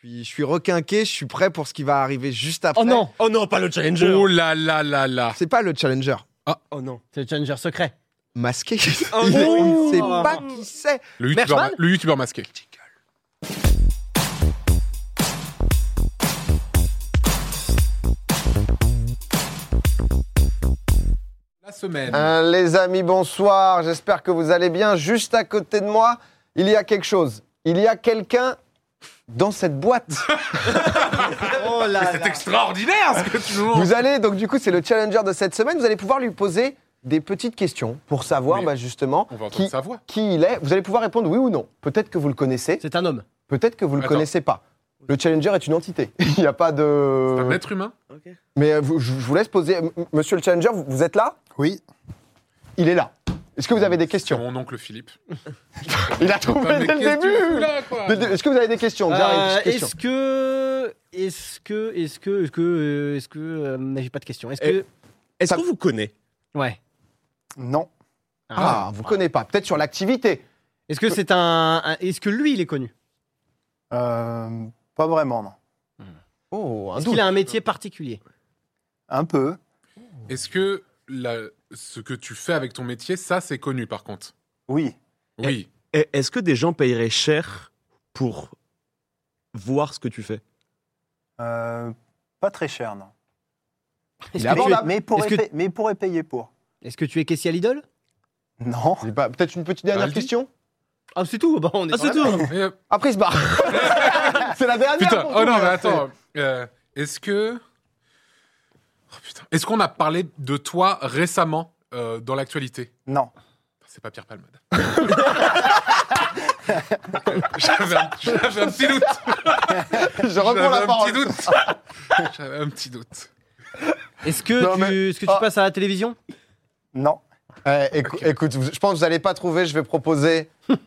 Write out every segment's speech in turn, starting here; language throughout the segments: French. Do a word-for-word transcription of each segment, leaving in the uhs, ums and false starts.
suis, je suis requinqué, je suis prêt pour ce qui va arriver juste après. Oh non. Oh non, pas le challenger. Oh là là là là. C'est pas le challenger. Oh non. C'est le challenger secret. Masqué. Oh Il non. ne sait pas qui c'est. Le youtubeur, Merchman le youtubeur masqué. La semaine. Euh, les amis, bonsoir. J'espère que vous allez bien. Juste à côté de moi, il y a quelque chose. Il y a quelqu'un dans cette boîte. Oh là C'est extraordinaire ce que tu nous montres. Vous allez, donc du coup, c'est le challenger de cette semaine. Vous allez pouvoir lui poser des petites questions pour savoir Mais bah, justement On va entendre qui, sa voix. qui il est. Vous allez pouvoir répondre oui ou non. Peut-être que vous le connaissez, C'est un homme. peut-être que vous le Attends. connaissez pas. Le challenger est une entité. Il n'y a pas C'est de... un être humain. Mais euh, vous- je je vous laisse poser. M- Monsieur le challenger, vous, vous êtes là? Oui. Il est là. Est-ce que vous avez des C'est questions? mon oncle Philippe. Il a trouvé Mais dès le qu'est-ce que tu début. fous là, quoi Dès le début. Est-ce que vous avez des questions? J'arrive, Euh, petite question. est-ce que, est-ce que, est-ce que, est-ce que, euh, est-ce que, euh, mais j'ai pas de question. Est-ce que, Est-ce qu'on vous connaît? ouais. Non. Ah, vous connaissez pas. Peut-être sur l'activité. Est-ce que c'est un, un- est-ce que lui il est connu? Euh, pas vraiment, non. Oh, un Est-ce doute. qu'il a un métier particulier? Un peu. Est-ce que la- ce que tu fais avec ton métier, ça, c'est connu par contre? Oui. Oui. Et Est-ce que des gens paieraient cher pour voir ce que tu fais? Euh, pas très cher, non. Est-ce Il est que, tu es, abordable. Mais il pourrait, Est-ce que- pa- mais il pourrait payer pour. est-ce que tu es caissier à Lidl? Non. C'est pas- Peut-être une petite dernière Aldi. question? Ah c'est tout. Bah, on est Ah, sur c'est la tout. même. Et, euh, Après, il se barre. C'est la dernière. putain, pour oh tout, non, mais là. attends. euh, Est-ce que. Oh putain. Est-ce qu'on a parlé de toi récemment euh, dans l'actualité? Non. C'est pas Pierre Palmade. J'avais un, j'avais un petit doute. Je reprends J'avais la un parole. petit doute. J'avais un petit doute. Est-ce que Non, tu, mais- est-ce que tu Ah. passes à la télévision? Non. Eh, écou- Écoute, vous- je pense que vous n'allez pas trouver. Je vais proposer.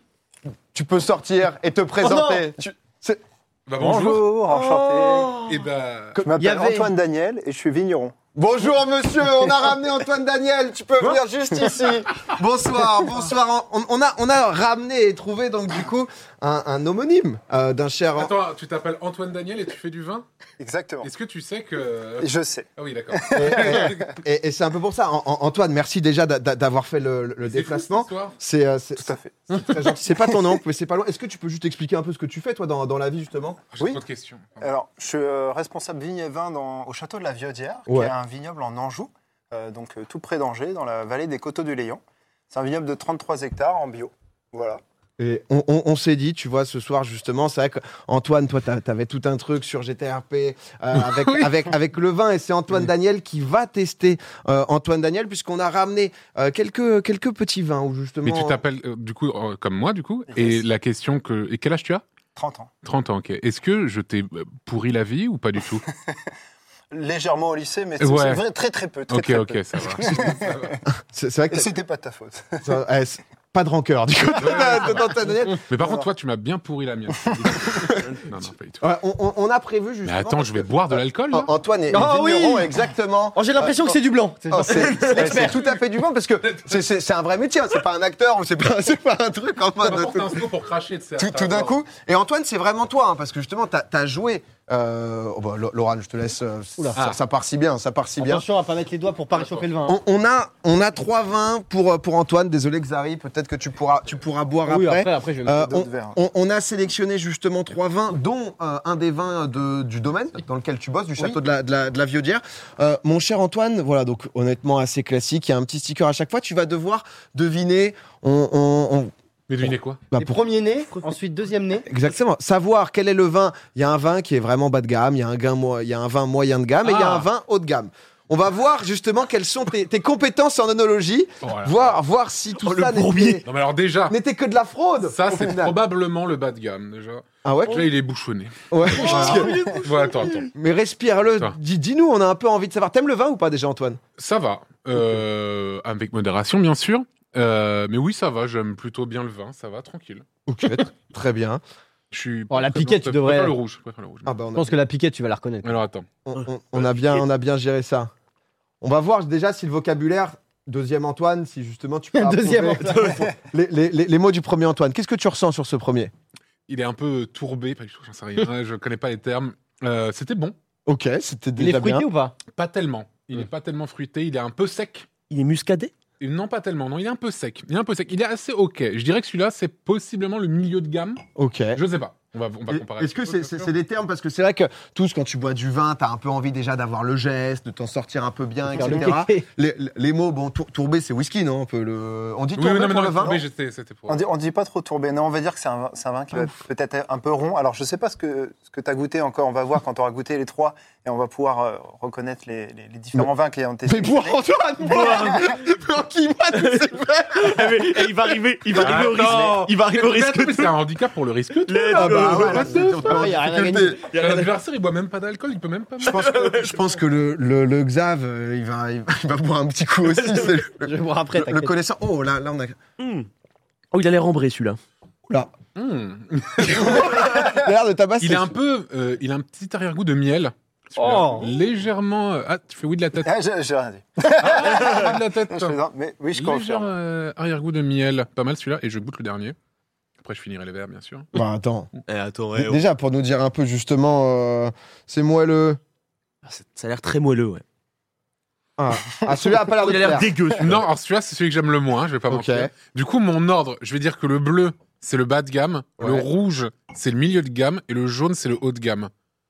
Tu peux sortir et te présenter. Tu- c'est- Bah, bonjour. Bonjour, enchanté. Et bah. Je m'appelle Il y avait- Antoine Daniel et je suis vigneron. Bonjour monsieur, on a ramené Antoine Daniel, tu peux venir juste ici. Bonsoir, bonsoir. On, on a, on a ramené et trouvé donc du coup un, un homonyme euh, d'un cher... Attends, tu t'appelles Antoine Daniel et tu fais du vin? Exactement. Est-ce que tu sais que. Et je sais. Ah oui, d'accord. Et, et c'est un peu pour ça. An- An- Antoine, merci déjà d'a- d'a- d'avoir fait le, le C'est fou, déplacement. cette histoire. C'est euh, c'est- Tout à fait. c'est très gentil. C'est pas ton oncle, mais c'est pas loin. Est-ce que tu peux juste expliquer un peu ce que tu fais toi dans, dans la vie justement? J'ai Oui. trop de questions. Alors, je suis euh, responsable vigne et vin dans- au château de la Viaudière, Ouais. qui est un vignoble en Anjou, euh, donc euh, tout près d'Angers, dans la vallée des Coteaux du Léon. C'est un vignoble de trente-trois hectares en bio. Voilà. Et on, on- on s'est dit, tu vois, ce soir justement, c'est vrai qu'Antoine, toi, t'a- t'avais tout un truc sur G T R P euh, avec, avec, avec le vin, et c'est Antoine Daniel qui va tester euh, Antoine Daniel, puisqu'on a ramené euh, quelques, quelques petits vins où justement. Mais tu t'appelles euh, du coup euh, comme moi, du coup. Et Yes. la question que. Et quel âge tu as? trente ans. trente ans, ok. Est-ce que je t'ai euh, pourri la vie ou pas du tout? Légèrement au lycée, mais c'est Ouais. c'est vrai, très très peu. Très, Ok, très ok, peu. ça va. Ça va. C'est c'est vrai que Et t'as- c'était pas de ta faute. ça- ouais, c'est pas de rancœur du côté de- de- d'Antoine Daniel. Mais par contre, toi, tu m'as bien pourri la mienne. non, non, pas du tout. Ouais, on, on- on a prévu Mais justement. attends, je vais boire de l'alcool là. An- Antoine est Ah vigneron, oui exactement. Oh, j'ai l'impression que c'est du blanc. Oh, c'est c'est- c'est tout à fait du bon parce que c'est- c'est c'est un vrai métier, hein. C'est pas un acteur ou c'est pas, c'est pas un truc en On mode. va porter un seau pour cracher de ça. Tout, tout d'un coup. Et Antoine, c'est vraiment toi, hein, parce que justement, t'as as joué. Euh... oh, bah, Lo- Laurent, je te laisse. euh, Oula. ça, Ah. ça part si bien, ça part si bien. Attention à pas mettre les doigts pour pas réchauffer le vin. hein. On, on a, on a trois vins pour, euh, pour Antoine. Désolé, Xari, peut-être que tu pourras, tu pourras boire Oui, après. après, après, je vais Euh, mettre. d'autres on, verres. on- on a sélectionné justement trois vins, dont euh, un des vins de- du domaine dans lequel tu bosses, du château de, la, de, la, de la Viaudière. Euh, mon cher Antoine, voilà, donc honnêtement assez classique. Il y a un petit sticker à chaque fois. Tu vas devoir deviner. On, on- on- Mais devinez quoi? bah, Les pour- premiers nés, ensuite deuxième né. Exactement. Savoir quel est le vin. Il y a un vin qui est vraiment bas de gamme, il y a un, gain mo- il y a un vin moyen de gamme et il y a Ah. un vin haut de gamme. On va voir justement quelles sont tes, tes compétences en œnologie, Oh, voilà. voir, voir si tout Oh, le ça bourbier. n'était Non, mais alors déjà, n'était que de la fraude. ça, au c'est final. probablement le bas de gamme déjà. Ah ouais, Déjà, il est bouchonné. ouais. Voilà, attends, attends. Mais respire-le. Ça. Dis- Dis-nous, on a un peu envie de savoir. T'aimes le vin ou pas déjà, Antoine? Ça va. Euh, avec modération, bien sûr. Euh, mais oui, ça va. J'aime plutôt bien le vin. Ça va, tranquille. Ok, très bien. Je suis. Oh, la très piquette, blanc, tu je préfère devrais- le rouge. Je préfère le rouge. Ah bah on Je a, pense que la piquette, tu vas la reconnaître. Alors attends. on, on- on a bien, on a bien géré ça. On va voir déjà si le vocabulaire. Deuxième Antoine, si justement tu peux Deuxième approuver les, les- les- les mots du premier Antoine. Qu'est-ce que tu ressens sur ce premier? il est un peu tourbé, pas du tout, j'en sais rien, je connais pas les termes. Euh, C'était bon, Ok, c'était Il est déjà bien. fruité ou pas? pas tellement. Il est Mm. pas tellement fruité, il est un peu sec. Il est muscadé. Et non, pas tellement, non, il est un peu sec. Il est un peu sec. Il est assez ok. Je dirais que celui-là, c'est possiblement le milieu de gamme. Ok. Je sais pas. On va, on va Et- comparer. Est-ce que c'est c'est- c'est des termes parce que c'est vrai que tous quand tu bois du vin, t'as un peu envie déjà d'avoir le geste, de t'en sortir un peu bien, Faire le et cetera. kéké. Les, les mots, bon, tour- tourbé, c'est whisky, non? Un peu le. On dit Oui, tourbé oui, non, mais pour non, le vin. tourbé, j'étais- c'était pour. On dit, on dit pas trop tourbé. Non, on va dire que c'est un, c'est un vin qui va peut-être être un peu rond. Alors, je sais pas ce que, ce que tu as goûté encore. On va voir quand on aura goûté les trois et on va pouvoir euh, reconnaître les, les- les différents vins qui ont été. Mais pour Antoine, pour qui moi tous ces verres il va arriver, il va arriver au risque. Attends. Il va arriver au risque. Mais c'est un handicap pour le risque. Let's Ah bah go. ouais, là, c'est surtout en Après, y a rien à difficulté. gagner. L'adversaire, il boit même pas d'alcool, il peut même pas. Je pense que, je pense que le, le, le Xav, euh, il va, il va, il va boire un petit coup aussi. C'est le, Je vais voir après, le, le t'inquiète. connaissant. Oh là, là on a. Hmm. Oh, il a l'air ambré celui-là. Là. Hmm. Il a l'air de tabasser. Il a un peu, euh, il a un petit arrière-goût de miel. Oh. Légèrement. euh, Ah, tu fais oui de la tête. Ah, j'ai j'ai rien dit. Ah, oui de la tête. Je plaisante, mais oui, je Légère confirme. euh, arrière-goût de miel. Pas mal celui-là. Et je goûte le dernier. Après, je finirai les verres, bien sûr. Bah attends. Eh, attends, D- Déjà pour nous dire un peu justement, euh, c'est moelleux. Ça a l'air très moelleux, ouais. Ah, ah celui-là a pas l'air de Il a l'air plaire. dégueu. celui-là. Non, alors celui-là, c'est celui que j'aime le moins. Je vais pas Ok. mentir. Du coup, mon ordre, je vais dire que le bleu, c'est le bas de gamme. Le Ouais. rouge, c'est le milieu de gamme. Et le jaune, c'est le haut de gamme.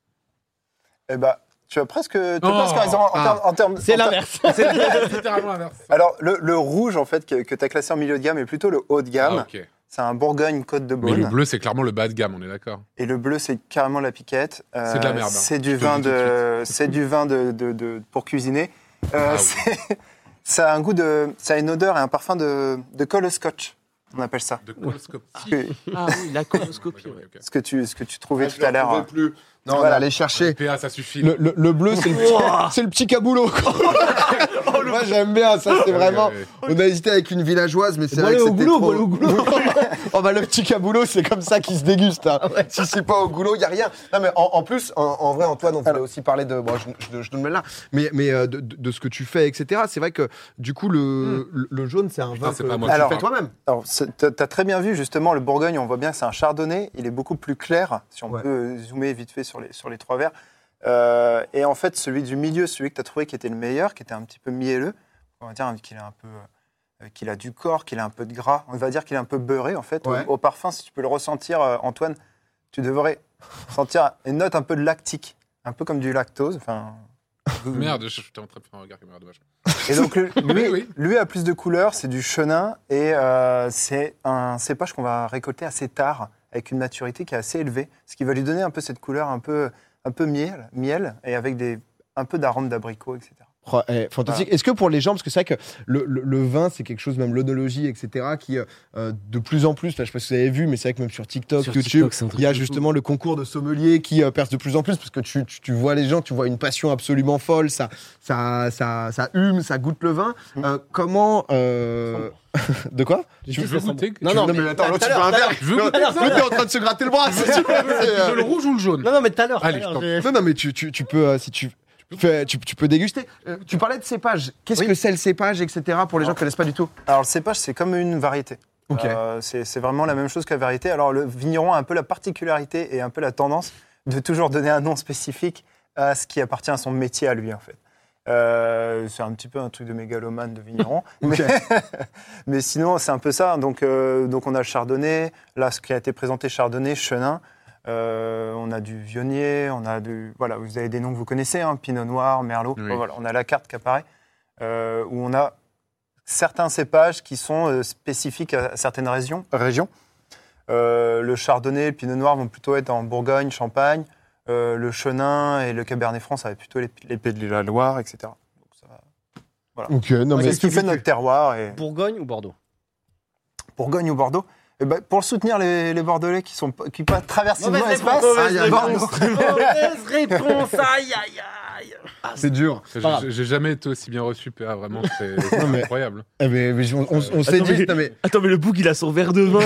Eh ben, tu as presque, tu as Oh. presque raison en, Ah. termes- en termes. C'est en ter- l'inverse. C'est littéralement l'inverse. Alors, le, le rouge, en fait, que, que tu as classé en milieu de gamme est plutôt le haut de gamme. Ah, ok. C'est un Bourgogne Côte de Mais le Beaune. bleu, c'est clairement le bas de gamme, on est d'accord. Et le bleu, c'est carrément la piquette. Euh, C'est de la merde, hein. C'est Je du te le vin dis tout de de, c'est du vin de, de, de- pour cuisiner. Euh, Ah oui. c'est- ça a un goût de, ça a une odeur et un parfum de, de colle au scotch. On appelle ça. De coloscopie. Ce que, Ah oui, la coloscopie. Ok, ouais. ok, ok. ce que tu, ce que tu trouvais Ah, je tout à le retrouvais l'heure. plus. Non, on Voilà. est allé chercher. P A, ça suffit. Le, le, le bleu, c'est le, petit- c'est le petit caboulot. quoi. Moi, j'aime bien ça. C'est vraiment. Ouais, ouais. On a hésité avec une villageoise, mais c'est vrai Bois-le que au c'était goulot, trop. bois-le au goulot. Oh bah le petit caboulot, c'est comme ça qu'il se déguste. Hein. Si c'est pas au goulot, il y a rien. Non mais en, en plus, en, en vrai, Antoine, on voulait aussi parler de. Bon, je, je, je nous le mets là, mais mais euh, de, de, de ce que tu fais, et cetera. C'est vrai que du coup, le, le, le jaune, c'est un vin c'est que, pas moi que qui tu le fais fais. toi-même. Alors, c'est- t'as t'as très bien vu justement le Bourgogne. On voit bien que c'est un Chardonnay. Il est beaucoup plus clair. Si on Ouais. peut zoomer vite fait sur les sur les trois verres. Euh, et en fait, celui du milieu, celui que tu as trouvé qui était le meilleur, qui était un petit peu mielleux, on va dire qu'il a un peu, euh, qu'il a du corps, qu'il a un peu de gras. On va dire qu'il est un peu beurré en fait. Ouais. Au, au parfum, si tu peux le ressentir, euh, Antoine, tu devrais sentir une note un peu de lactique, un peu comme du lactose. Enfin. Merde, je j'étais en train de faire un regard caméra, dommage. Et donc lui, lui, Oui. lui a plus de couleurs, c'est du chenin et euh, c'est un cépage qu'on va récolter assez tard avec une maturité qui est assez élevée, ce qui va lui donner un peu cette couleur un peu, un peu miel, miel et avec des, un peu d'arôme d'abricot, et cetera. Oh, eh, fantastique. Est-ce que pour les gens, parce que c'est vrai que le, le, le vin, c'est quelque chose, même l'onologie, et cetera, qui euh, de plus en plus, là, je sais pas si vous avez vu, mais c'est vrai que même sur TikTok, Sur YouTube, TikTok, c'est un truc il y a de fou. justement le concours de sommelier qui euh, perce de plus en plus, parce que tu, tu, tu vois les gens, tu vois une passion absolument folle, ça, ça, ça, ça hume, ça goûte le vin. Euh, comment. euh, De quoi Tu veux goûter Non, Tu non, veux- mais attends, tout à l'autre, tu l'heure, veux un tout à verre. l'heure. Je veux L'autre, goûter ça. l'autre est en train de se gratter le bras. si tu veux. C'est, Tu euh, veux le rouge ou le jaune Non, non, mais tout à l'heure. tout à Allez, je l'heure, t'en j'ai- Non, non, mais tu, tu, tu peux, euh, si tu, fais, tu, tu peux déguster. Euh, tu parlais de cépage. Qu'est-ce Oui. que c'est le cépage, et cetera, pour les gens qui ne connaissent pas du tout? Alors le cépage, c'est comme une variété. Ok. Euh, c'est c'est vraiment la même chose que la variété. Alors le vigneron a un peu la particularité et un peu la tendance de toujours donner un nom spécifique à ce qui appartient à son métier à lui en fait. Euh, c'est un petit peu un truc de mégalomane de vigneron. Ok. mais, mais sinon, c'est un peu ça. Donc, euh, donc on a le chardonnay, là ce qui a été présenté chardonnay, chenin. Euh, on a du vionnier, on a du... Voilà, vous avez des noms que vous connaissez, hein, pinot noir, merlot. Oui. Bon, voilà, on a la carte qui apparaît, euh, où on a certains cépages qui sont euh, spécifiques à certaines régions. régions. Euh, le chardonnay, le pinot noir vont plutôt être en Bourgogne, Champagne. Euh, le chenin et le cabernet franc, ça va être plutôt les, les Pays de la Loire, et cetera. Donc, ça va- Ok, non, c'est mais. ce qui fait notre terroir. Et... Bourgogne ou Bordeaux? Bourgogne ou Bordeaux. Eh ben, pour soutenir les, les Bordelais qui, sont, qui pas- traversent une Mauvaise mauvaise réponse, passe, mauvaise ah, il y a réponse. Bordeaux. Mauvaise réponse, aïe aïe aïe. C'est dur. J'ai- pas grave. J'ai j'ai jamais été aussi bien reçu, P A, vraiment, c'est c'est Non, mais- incroyable. Eh mais, mais on, on- on s'est Attends, dit, mais- non, mais, Attends, mais le bouc, il a son verre de vin.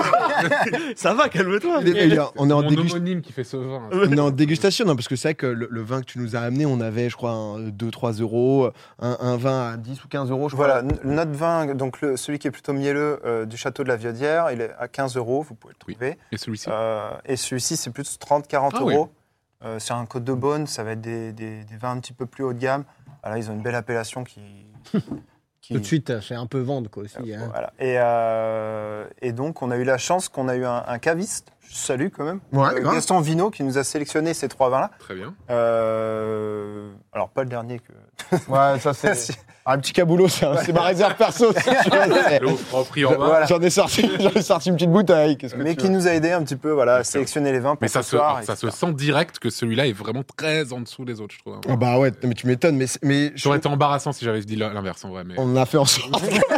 Ça va, calme-toi. mais- mais on est en Mon dégustation. homonyme qui fait ce vin. On est en dégustation, non, parce que c'est vrai que le, le vin que tu nous as amené, on avait, je crois, deux trois euros, un, un vin à dix ou quinze euros, je Voilà, crois. n- notre vin, donc le- celui qui est plutôt mielleux euh, du château de la Viaudière, il est à quinze euros, vous pouvez le Oui. trouver. Et celui-ci Euh, et celui-ci, c'est plus trente à quarante Ah oui. euros. Euh, sur un Côte de Beaune, ça va être des, des- des vins un petit peu plus haut de gamme. Ah, là, ils ont une belle appellation qui. qui- Tout de suite, c'est un peu vendre quoi aussi. hein. Voilà. Et, euh, et donc, on a eu la chance qu'on a eu un, un caviste, je salue quand même, Ouais, euh, grave. Gaston Vino, qui nous a sélectionné ces trois vins-là. Très bien. Euh, alors, pas le dernier que. Ouais, ça c'est. Un petit caboulot, c'est un- c'est ma réserve perso. si tu veux, c'est- Le propre en vin. Voilà. J'en ai sorti, j'en ai sorti une petite bouteille. Qu'est-ce que Mais tu qui veux nous a aidé un petit peu voilà, à Bien sûr. sélectionner les vins pour Mais ce ça, se, soir. ça se et cetera. sent direct que celui-là est vraiment très en dessous des autres, je trouve. hein. Ah bah ouais, mais tu m'étonnes, mais, c'est- mais je- J'aurais été embarrassant si j'avais dit l'inverse en vrai. Mais... on a fait en sorte.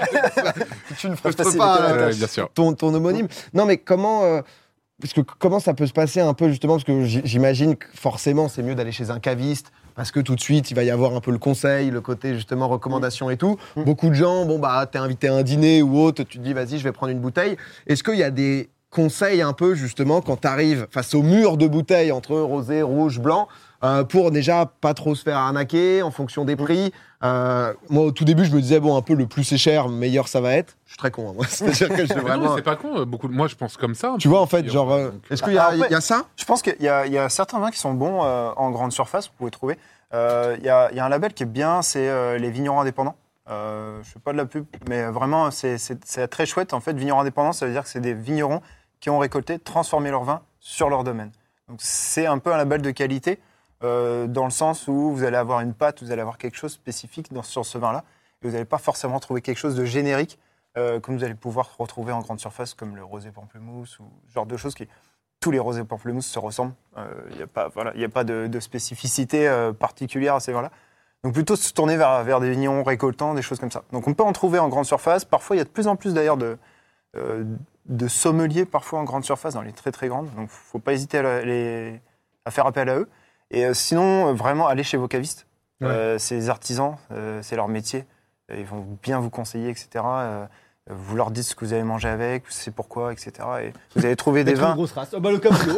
tu ne frustres faciliter pas la euh, Ouais, bien sûr. ton, ton homonyme. Non, mais comment, euh, parce que comment ça peut se passer un peu justement, parce que j- j'imagine que forcément c'est mieux d'aller chez un caviste. Parce que tout de suite, il va y avoir un peu le conseil, le côté justement recommandation et tout. Mm. Beaucoup de gens, bon bah, t'es invité à un dîner ou autre, tu te dis vas-y, je vais prendre une bouteille. Est-ce qu'il y a des conseils un peu justement quand t'arrives face au mur de bouteilles entre rosé, rouge, blanc, euh, pour déjà pas trop se faire arnaquer en fonction des prix. Euh, moi, au tout début, je me disais bon, un peu le plus c'est cher, meilleur ça va être. Je suis très con, hein, moi. C'est-à-dire que j'ai Mais non, vraiment. c'est pas con. euh, Beaucoup de... Moi, je pense comme ça. un Tu peu, vois, en fait, donc, genre, euh, donc, est-ce qu'il y, a- Après- il y a ça? Je pense qu'il y, a- il y a certains vins qui sont bons euh, en grande surface, vous pouvez trouver. Euh, Il y, a, il y a un label qui est bien, c'est euh, les vignerons indépendants. Euh, je ne fais pas de la pub, mais vraiment, c'est c'est- c'est très chouette. En fait, vignerons indépendants, ça veut dire que c'est des vignerons qui ont récolté, transformé leur vin sur leur domaine. Donc, c'est un peu un label de qualité, euh, dans le sens où vous allez avoir une pâte, vous allez avoir quelque chose de spécifique dans, sur ce vin-là, et vous n'allez pas forcément trouver quelque chose de générique, euh, comme vous allez pouvoir retrouver en grande surface, comme le rosé pamplemousse, ou ce genre de choses qui... Tous les rosés pamplemousse se ressemblent. Il n'y a pas, voilà, y a pas de, de spécificité euh, particulière à ces vins-là. Donc plutôt se tourner vers, vers des vignerons récoltants, des choses comme ça. Donc on peut en trouver en grande surface. Parfois, il y a de plus en plus d'ailleurs de, euh, de sommeliers parfois en grande surface, dans les très très grandes. Donc il ne faut pas hésiter à, la- les, à faire appel à eux. Et euh, sinon, euh, vraiment, allez chez vos cavistes. Ouais. Euh, c'est des artisans, euh, c'est leur métier. Euh, Ils vont bien vous conseiller, et cetera. Euh, vous leur dites ce que vous avez mangé avec, c'est pourquoi, et cetera. Et vous allez trouver des Mettre une vins. grosse race. Oh, bah le caboulot.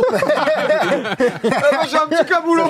J'ai un petit caboulot.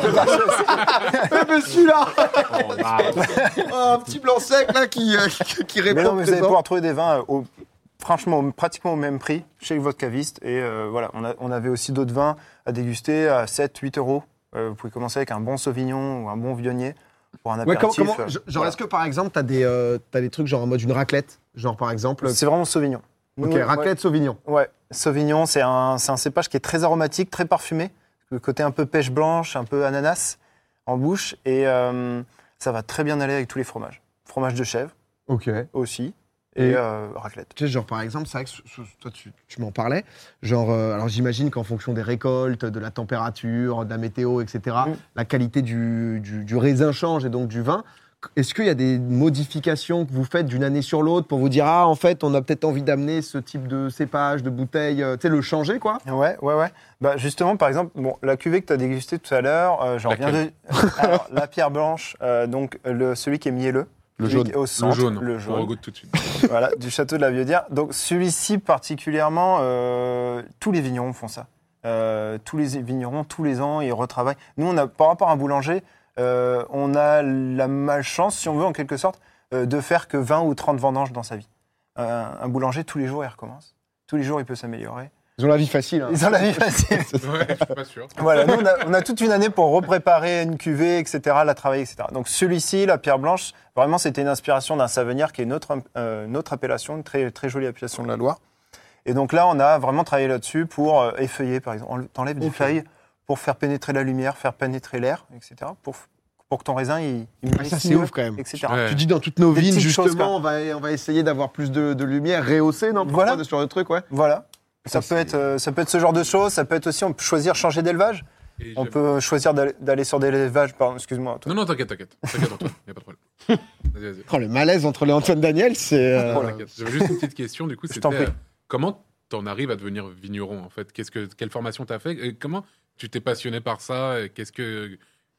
Mais celui-là, oh, bah, oh, un petit blanc sec là qui, euh, qui, qui répond. Mais non, mais vous allez présent. pouvoir trouver des vins euh, au, franchement au- pratiquement au même prix chez votre caviste. Et euh, voilà, on, a- on avait aussi d'autres vins à déguster à sept huit euros. Euh, vous pouvez commencer avec un bon Sauvignon ou un bon Viognier pour un Ouais, comment, apéritif. comment, euh, genre, voilà. est-ce que par exemple, t'as des, euh, t'as des trucs genre en mode une raclette, genre par exemple. C'est vraiment Sauvignon. Ok, Nous, raclette Sauvignon. Ouais, ouais. Sauvignon, c'est un, c'est un cépage qui est très aromatique, très parfumé. Le côté un peu pêche blanche, un peu ananas en bouche. Et euh, ça va très bien aller avec tous les fromages. Fromage de chèvre Ok. aussi. Et, Et- euh, raclette. Tu sais, genre par exemple, c'est vrai que ce- ce- toi tu, tu m'en parlais. Genre, euh, alors j'imagine qu'en fonction des récoltes, de la température, de la météo, et cetera, Mm. la qualité du, du, du raisin change et donc du vin. Est-ce qu'il y a des modifications que vous faites d'une année sur l'autre pour vous dire ah en fait on a peut-être envie d'amener ce type de cépage, de bouteille, euh, tu sais le changer quoi? Ouais, ouais, ouais. Bah, justement, par exemple, bon, la cuvée que tu as dégustée tout à l'heure, euh, j'en reviens de. Alors, la pierre blanche, euh, donc le, celui qui est mielleux. Le celui jaune. qui est Au le centre, jaune. Le On jaune. regoute tout de suite. Voilà, du château de la Viaudière. Donc celui-ci particulièrement, euh, tous les vignerons font ça. Euh, tous les vignerons, tous les ans, ils retravaillent. Nous, on a, par rapport à un boulanger, euh, on a la malchance, si on veut, en quelque sorte, euh, de faire que vingt ou trente vendanges dans sa vie. Euh, un boulanger, tous les jours, il recommence. Tous les jours, il peut s'améliorer. Ils ont la vie facile. hein. Ils ont la vie facile. Ouais, je suis pas sûr. Voilà, nous, on a, on a toute une année pour repréparer une cuvée, et cetera, la travailler, et cetera. Donc celui-ci, la pierre blanche, vraiment, c'était une inspiration d'un Savenière qui est une autre, euh, une autre appellation, une très, très jolie appellation de la Loire. Et donc là, on a vraiment travaillé là-dessus pour euh, effeuiller, par exemple. On t'enlève des Ok. feuilles pour faire pénétrer la lumière, faire pénétrer l'air, et cetera. Pour, pour que ton raisin, il, il Ah, ça mûrisse c'est mieux, ouf quand même. et cetera. Ouais. Tu dis dans toutes nos Des vignes petites choses, justement on va, on va essayer d'avoir plus de, de lumière, rehausser non Voilà. de ce genre de truc ouais. Voilà. Ça Ça, peut, c'est- être, euh, ça peut être ce genre de choses. Ça peut être aussi, on peut choisir changer d'élevage. Et On j'aime- peut choisir d'aller d'aller sur des élevages, pardon, excuse-moi. toi. Non, non, t'inquiète, t'inquiète. T'inquiète, Antoine, y a pas de problème. Vas-y, vas-y. Oh, le malaise entre les Antoine Daniel c'est. euh, Oh, t'inquiète. J'avais juste une petite question, du coup, Je t'en c'était prie. euh, comment t'en arrives à devenir vigneron, en fait? Qu'est-ce que, quelle formation t'as fait? Et comment tu t'es passionné par ça? Et Qu'est-ce que,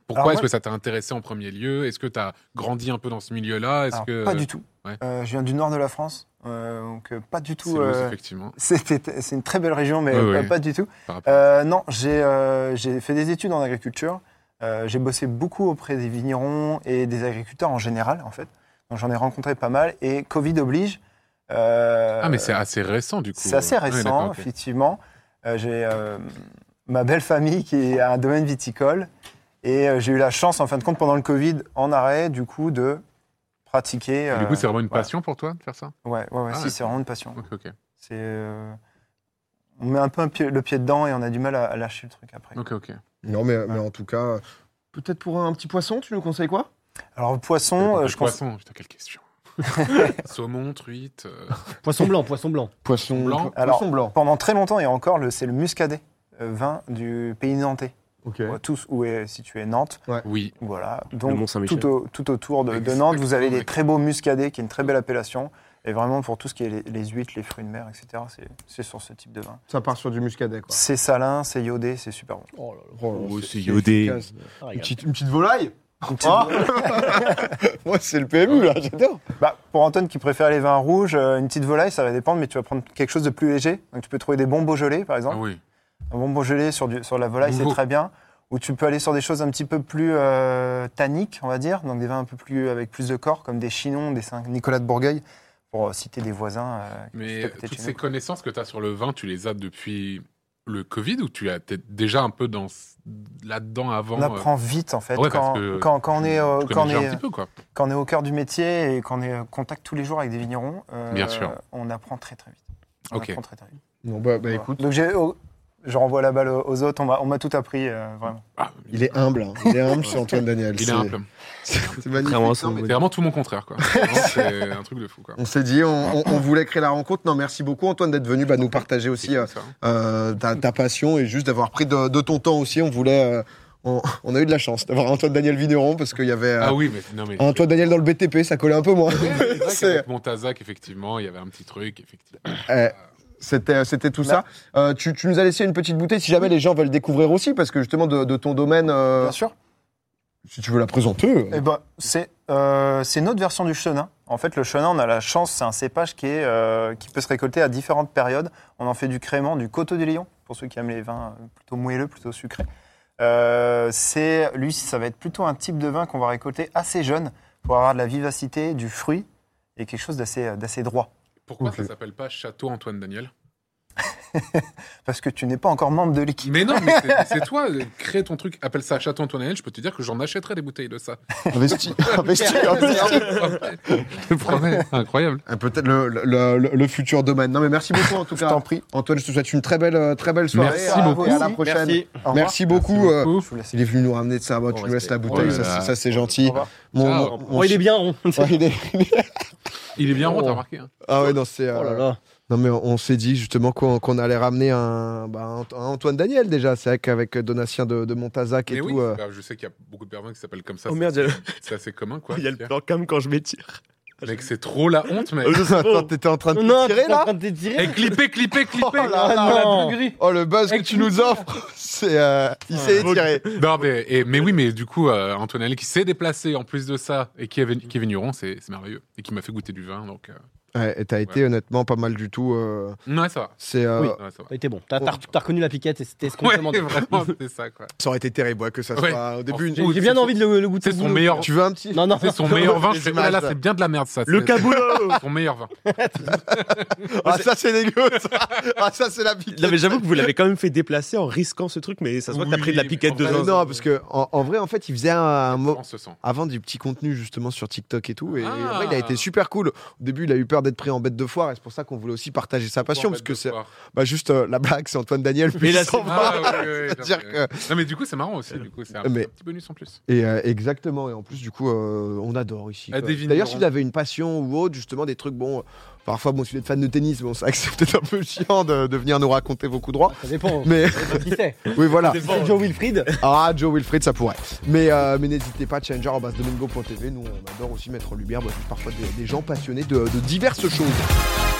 Pourquoi Alors, est-ce moi- que ça t'a intéressé en premier lieu? Est-ce que tu as grandi un peu dans ce milieu-là? Est-ce Alors, que... Pas du tout. Ouais. Euh, je viens du nord de la France, euh, donc euh, pas du C'est tout. loose, euh, effectivement. c'était- C'est une très belle région, mais Ouais, pas, ouais. pas du tout. Par rapport- Euh, non, j'ai euh, j'ai fait des études en agriculture. Euh, j'ai bossé beaucoup auprès des vignerons et des agriculteurs en général, en fait. Donc j'en ai rencontré pas mal. Et Covid oblige. euh, Ah, mais c'est assez récent, du coup. C'est assez Ouais, récent, d'accord, ok. effectivement. Euh, j'ai euh, ma belle famille qui a un domaine viticole. Et euh, j'ai eu la chance, en fin de compte, pendant le Covid, en arrêt, du coup, de pratiquer. Et du coup, euh, c'est vraiment une voilà. passion pour toi de faire ça? Ouais, ouais, ouais, Ah, si, ouais. c'est vraiment une passion. Ok, ok. C'est, euh, on met un peu un pied- le pied dedans et on a du mal à, à lâcher le truc après. Ok, ok. Non, mais, mais en tout cas, peut-être pour un petit poisson, tu nous conseilles quoi? Alors, le poisson, euh, je pense. Poisson, putain, quelle question. Saumon, truite. euh, Poisson blanc, poisson blanc. Poisson blanc. po- Alors, poisson blanc. Pendant très longtemps, et encore, le- c'est le muscadet, euh, vin du pays nantais. Ok. Euh, Tous où est situé Nantes. Oui. Voilà. Le Donc, Mont-Saint-Michel. tout, au- tout autour de, de Exactement, Nantes, vous avez des mec. très beaux muscadets, qui est une très belle appellation. Et vraiment, pour tout ce qui est les, les huîtres, les fruits de mer, et cetera, c'est, c'est sur ce type de vin. Ça part sur du muscadet, quoi. C'est salin, c'est iodé, c'est super bon. Oh là là. Oh, Oh, c'est iodé. efficace. Ah, Une regarde. petite, une petite volaille. Une petite- Oh Moi, c'est le P M U, là, j'adore. Bah, pour Antoine qui préfère les vins rouges, euh, une petite volaille, ça va dépendre, mais tu vas prendre quelque chose de plus léger. Donc, tu peux trouver des bons Beaujolais, par Ah exemple. oui. Un bon Beaujolais sur, du, sur la volaille, c'est Nouveau. très bien. Ou tu peux aller sur des choses un petit peu plus euh, tanniques, on va dire. Donc, des vins un peu plus avec plus de corps, comme des Chinons, des Saint-Nicolas de Bourgueil, pour euh, citer des voisins. euh, Mais juste à côté de toutes chez ces nous. connaissances que tu as sur le vin, tu les as depuis le Covid ou tu as peut-être déjà un peu dans, là-dedans avant On apprend vite, en fait, euh, ouais, parce quand, que quand, quand on est, euh, tu connais quand, on déjà est, un petit peu, quoi. quand on est au cœur du métier et qu'on est en contact tous les jours avec des vignerons. euh, Bien sûr. On apprend très, très vite. On Ok. apprend très, très vite. Non, bah, bah, Voilà. écoute, Donc, j'ai, oh, je renvoie la balle aux aux autres. On m'a, on m'a tout appris, euh, vraiment. Ah, il est humble. Hein. Il est humble, c'est Antoine Daniel. il est c'est- humble. C'est magnifique. Contrairement à Non, son mais C'est vraiment tout mon contraire, quoi. Vraiment, c'est un truc de fou, quoi. on s'est dit, on, on- on voulait créer la rencontre. Non, merci beaucoup, Antoine, d'être venu bah, nous partager aussi C'est euh, comme ça. euh, ta, ta passion et juste d'avoir pris de, de ton temps aussi. On voulait. euh, on, on a eu de la chance d'avoir Antoine Daniel Vigneron parce qu'il y avait. euh, Ah oui, mais non, mais. Antoine Daniel dans le B T P, ça collait un peu moins. C'est vrai C'est- qu'avec Montazac, effectivement, il y avait un petit truc, effectivement. Eh, C'était, c'était tout ça. Euh, tu, tu nous as laissé une petite bouteille si jamais les gens veulent découvrir aussi, parce que justement de, de ton domaine, euh, Bien sûr. si tu veux la présenter. Eh ben, c'est, euh, c'est une autre version du chenin. En fait, le chenin, on a la chance, c'est un cépage qui, est, euh, qui peut se récolter à différentes périodes. On en fait du crément, du coteau du Lion, pour ceux qui aiment les vins euh, plutôt moelleux, plutôt sucrés. Euh, c'est, lui, ça va être plutôt un type de vin qu'on va récolter assez jeune pour avoir de la vivacité, du fruit et quelque chose d'assez, d'assez droit. Pourquoi Ok. ça s'appelle pas Château Antoine Daniel? Parce que tu n'es pas encore membre de l'équipe. Mais non, mais c'est- c'est toi, euh, crée ton truc, appelle ça Château Antoine Daniel, je peux te dire que j'en achèterai des bouteilles de ça. Investi, investi, investi. Je te promets, incroyable. Euh, Peut-être le, le, le- le futur domaine. Non, mais merci beaucoup en tout Je cas. t'en prie. Antoine, je te souhaite une très belle, euh, très belle soirée. Merci À- beaucoup. Et à la prochaine. Merci. Au revoir. Merci beaucoup. Merci euh, beaucoup. Je vous laisse. Il est venu nous ramener de ça. Bah, tu Bon nous laisses la respect. bouteille, Oh là ça, là. c'est- ça, c'est Au gentil. revoir. Mon, Ciao. mon- mon Oh, il est chi- bien rond. Ouais, il est- Il est bien rond, Oh. t'as remarqué. Hein. Ah ouais, non, c'est. euh, Oh là là. Non, mais on, on s'est dit justement qu'on qu'on allait ramener un, bah, un- un Antoine Daniel déjà. C'est vrai qu'avec Donatien de, de Montazac et Mais tout. oui, euh, bah, je sais qu'il y a beaucoup de personnes qui s'appellent comme ça. Oh c'est- merde, il y a le- c'est assez commun, quoi. il y a le plan cam quand je m'étire. Mec, c'est trop la honte, mec. Oh, je sais Attends, pas. t'étais en train de Non, te tirer t'es en là train de t'étirer. Eh, clippez, clippez, clippez. Oh là là. non. Oh, le buzz que tu nous offres, c'est. euh, il s'est étiré. Non, mais, et- mais oui, mais du coup, euh, Antoine Daniel qui s'est déplacé en plus de ça et qui est, venu- qui est vigneron, c'est c'est merveilleux. Et qui m'a fait goûter du vin, donc. euh, Ouais, et t'as été honnêtement pas mal du tout. euh, Ouais, ça va. c'est. euh, Oui. Ouais, ça va. Ça a été bon. T'as, t'as, t'as reconnu la piquette et c'était ce qu'on te Ouais, demandait. vraiment, c'était ça, quoi. Ça aurait été terrible ouais, que ça Ouais. soit au début. une- J'ai, j'ai bien envie de le, le goûter. C'est son boulot. meilleur. Tu veux un petit. Non, non. C'est son meilleur vin. Je Les fais, oh là là, images, ça. c'est bien de la merde, ça. Le c'est- caboulot. Son meilleur vin. Ah, ça c'est dégueu. Ça. Ah, ça c'est la piquette. Non mais j'avoue que vous l'avez quand même fait déplacer en risquant ce truc, mais ça se voit que t'as Oui, pris de la mais piquette en de vrai, gens. Non, parce que en, en vrai, en fait, il faisait un, un mot. On se sent. Avant du petit contenu justement sur TikTok et tout, et Ah. en vrai, il a été super cool. Au début, il a eu peur d'être pris en bête de foire, et c'est pour ça qu'on voulait aussi partager sa passion, parce que c'est bah, juste euh, la blague, c'est Antoine Daniel. Mais là, puis sans c'est- voir. Ah, oui, oui, oui, C'est-à-dire non, que- mais- Non, mais du coup, c'est marrant aussi. Du coup, c'est un, Mais- un petit bonus en plus. Et euh, exactement, et en plus, du coup, euh, on adore ici. Ah, quoi. des D'ailleurs, si vignerons. vous avez une passion ou autre, justement, des trucs, bon, euh, parfois, bon, si vous êtes fan de tennis, bon, c'est vrai que c'est peut-être un peu chiant de, de venir nous raconter vos coups droits. Ça dépend. Mais Ça dépend qui c'est. oui, voilà. C'est Joe Wilfried. Ah, Joe Wilfried, ça pourrait. Mais, euh, mais n'hésitez pas, challenger arobase domingo point t v. Nous, on adore aussi mettre en lumière bah, juste parfois des, des gens passionnés de, de diverses choses.